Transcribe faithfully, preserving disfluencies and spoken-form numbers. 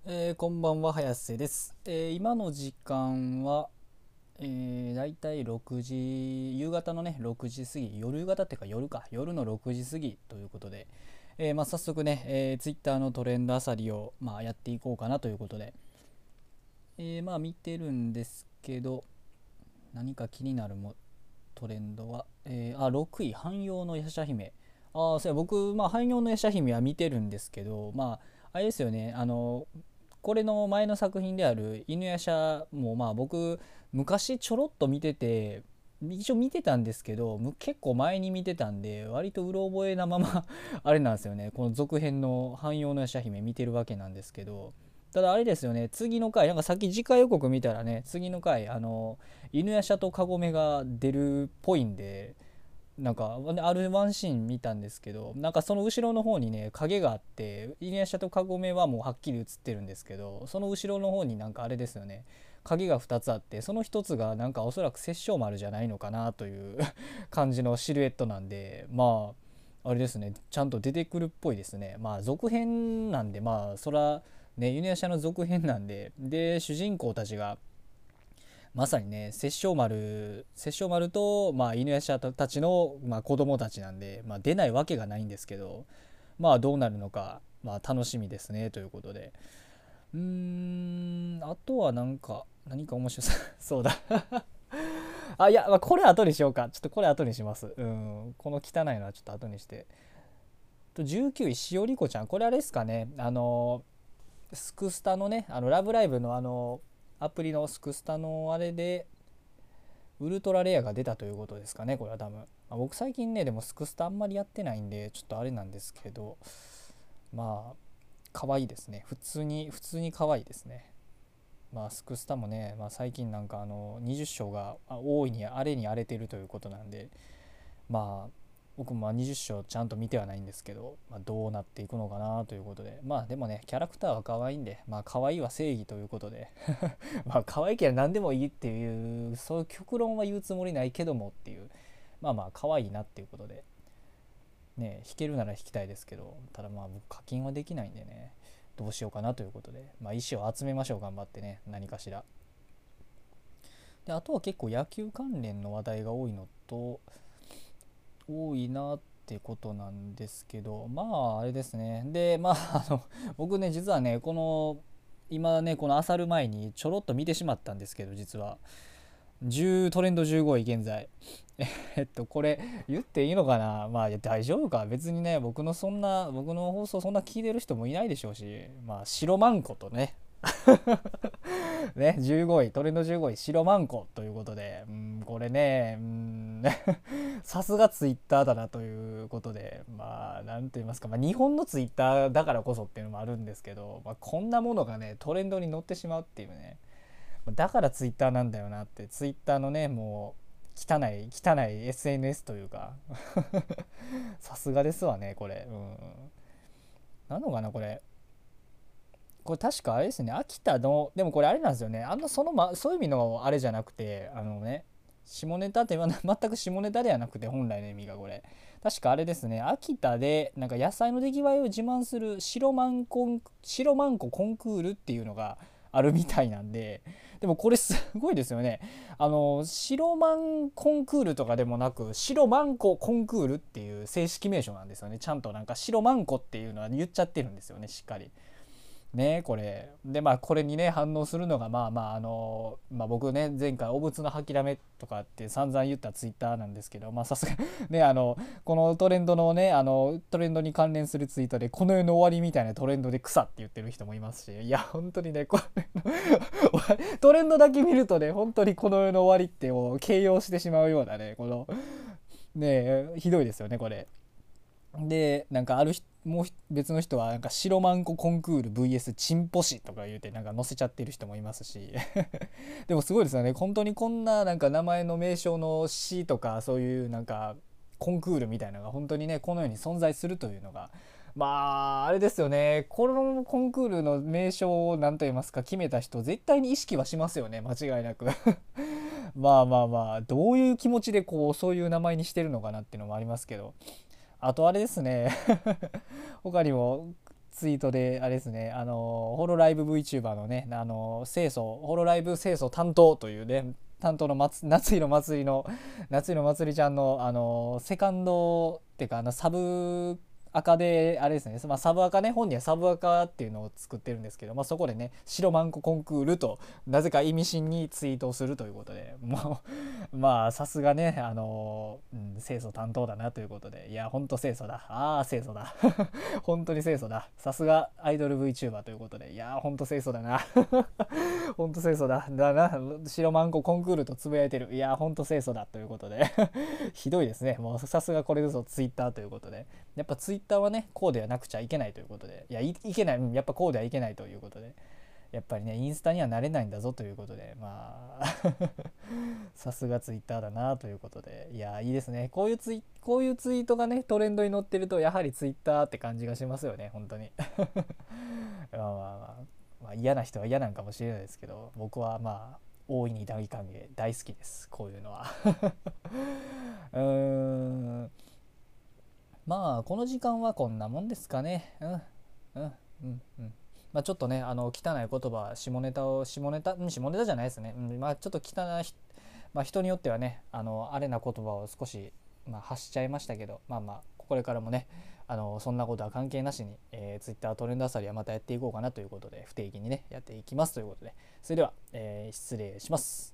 えーこんばんは、早瀬です。えー今の時間は、えー、だいたいろくじ、夕方のね、ろくじ過ぎ、夜夕方っていうか夜か、夜のろくじ過ぎということで、えーまあ、早速ね、えー、ツイッターのトレンドあさりを、まあ、やっていこうかなということで、えーまあ見てるんですけど、何か気になるもトレンドは、えーあ、ろくい、汎用の夜叉姫。ああ、そうや、僕、まあ、汎用の夜叉姫は見てるんですけど、まあ、あれですよね、あの、これの前の作品である犬夜叉も、まあ、僕、昔ちょろっと見てて、一応見てたんですけど、む結構前に見てたんで、割とうろ覚えなままあれなんですよね、この続編の汎用の夜叉姫見てるわけなんですけど、ただあれですよね、次の回、なんかさっき次回予告見たらね、次の回、あの、犬夜叉とカゴメが出るっぽいんで、なんかあるワンシーン見たんですけど、なんかその後ろの方にね影があって、犬夜叉とカゴメはもうはっきり映ってるんですけど、その後ろの方になんかあれですよね、影がふたつあって、そのひとつがなんかおそらく殺生丸じゃないのかなという感じのシルエットなんで、まああれですね、ちゃんと出てくるっぽいですね。まあ続編なんで、まあそらね、犬夜叉の続編なんで、で主人公たちがまさにね、殺生丸殺生丸と、まあ、犬夜叉たちの、まあ、子供たちなんで、まあ、出ないわけがないんですけど、まあどうなるのか、まあ、楽しみですねということで、うーんあとはなんか何か面白そうそうだあ、いや、まあ、これ後にしようか。ちょっとこれ後にします。うん、この汚いのはちょっと後にして。とじゅうきゅういしおりこちゃん、これあれですかね、あのスクスタのね、あのラブライブのあのアプリのスクスタのあれでウルトラレアが出たということですかね、これは多分。まあ、僕最近ね、でもスクスタあんまりやってないんで、ちょっとあれなんですけど、まあ、可愛いですね。普通に、普通に可愛いですね。まあ、スクスタもね、まあ、最近なんかあの、にじゅっ章が大いに荒れに荒れてるということなんで、まあ、僕もにじゅっ章ちゃんと見てはないんですけど、まあ、どうなっていくのかなということで、まあでもね、キャラクターは可愛いんで、まあ可愛いは正義ということでまあ可愛いけど何でもいいっていう、そういう極論は言うつもりないけどもっていう、まあまあ可愛いなっていうことで、ね、弾けるなら弾きたいですけど、ただまあ僕課金はできないんでね、どうしようかなということで、まあ石を集めましょう、頑張ってね、何かしら。で、あとは結構野球関連の話題が多いのと、多いなってことなんですけど、まああれですね。で、まああの僕ね、実はね、この今ね、この漁る前にちょろっと見てしまったんですけど、実はじゅうトレンドじゅうごい現在。えっとこれ言っていいのかな。まあいや大丈夫か、別にね、僕のそんな僕の放送そんな聞いてる人もいないでしょうし、まあ白マンコとねね、じゅうごい、トレンドじゅうごい、白マンコということで、うん、これね、うん、さすがツイッターだなということで、まあ、なんと言いますか、まあ、日本のツイッターだからこそっていうのもあるんですけど、まあ、こんなものがね、トレンドに乗ってしまうっていうね、だからツイッターなんだよなって、ツイッターのね、もう、汚い、汚い エスエヌエス というか、さすがですわね、これ。うん。なのかな、これ。これ確かあれですね、秋田の、でもこれあれなんですよね、あのその、ま、そういう意味のあれじゃなくて、あのね、下ネタって全く下ネタではなくて、本来の意味がこれ、確かあれですね、秋田でなんか野菜の出来栄えを自慢する白マンコン白マンココンクールっていうのがあるみたいなんで、でもこれすごいですよね。あの白マンコンクールとかでもなく、白マンココンクールっていう正式名称なんですよね。ちゃんとなんか白マンコっていうのは言っちゃってるんですよね、しっかり。ね、これで、まあこれにね反応するのが、まあまああのまあ僕ね、前回お仏の諦めとかって散々言ったツイッターなんですけど、まあさすがね、あのこのトレンドのね、あのトレンドに関連するツイートでこの世の終わりみたいなトレンドで草って言ってる人もいますし、いや本当にね、これトレンドだけ見るとね、本当にこの世の終わりってもう形容してしまうようなね、このね、ひどいですよねこれ。でなんかあるもう別の人はなんか白マンココンクール ブイエス チンポシとか言うてなんか載せちゃってる人もいますしでもすごいですよね、本当にこんななんか名前の名称の詩とかそういうなんかコンクールみたいなのが本当にねこの世に存在するというのが、まああれですよね、このコンクールの名称を何と言いますか決めた人絶対に意識はしますよね、間違いなくまあまあまあどういう気持ちでこうそういう名前にしてるのかなっていうのもありますけど、あとあれですね他にもツイートであれですね、あのホロライブ VTuber のね、あの清楚ホロライブ清楚担当というね、担当の夏夏色祭りの夏色祭りちゃんのあのセカンドっていうか、あのサブ赤であれですね、まあ、サブ赤ね、本人はサブ赤っていうのを作ってるんですけど、まあ、そこでね白マンココンクールとなぜか意味深にツイートをするということで、もうまあさすがね、あのー、うん、清楚担当だなということで、いやほんと清楚だ、ああ清楚だ本当に清楚だ、さすがアイドル VTuber ということで、いやほんと清楚だなほんと清楚だだな、白マンココンクールとつぶやいてる、いやほんと清楚だということでひどいですね、もうさすがこれこそツイッターということで、やっぱツイッターはねこうではなくちゃいけないということで、いや い, いけない、うん、やっぱこうではいけないということで、やっぱりねインスタにはなれないんだぞということで、まあさすがツイッターだなということで、いやいいですね、こういうツイこういうツイートがねトレンドに載ってるとやはりツイッターって感じがしますよね、本当にまあまあ、まあ、まあ嫌な人は嫌なんかもしれないですけど、僕はまあ大いに大歓迎大好きです、こういうのはうーん、まあこの時間はこんなもんですかね。うんうんうんうん。まあちょっとね、あの汚い言葉、下ネタを下ネタ、うん、下ネタじゃないですね。うん、まあちょっと汚い、まあ人によってはね、あのあれな言葉を少しまあ発しちゃいましたけど、まあまあこれからもね、あのそんなことは関係なしに、えー、Twitter トレンドあさりはまたやっていこうかなということで、不定期にねやっていきますということで、それでは、えー、失礼します。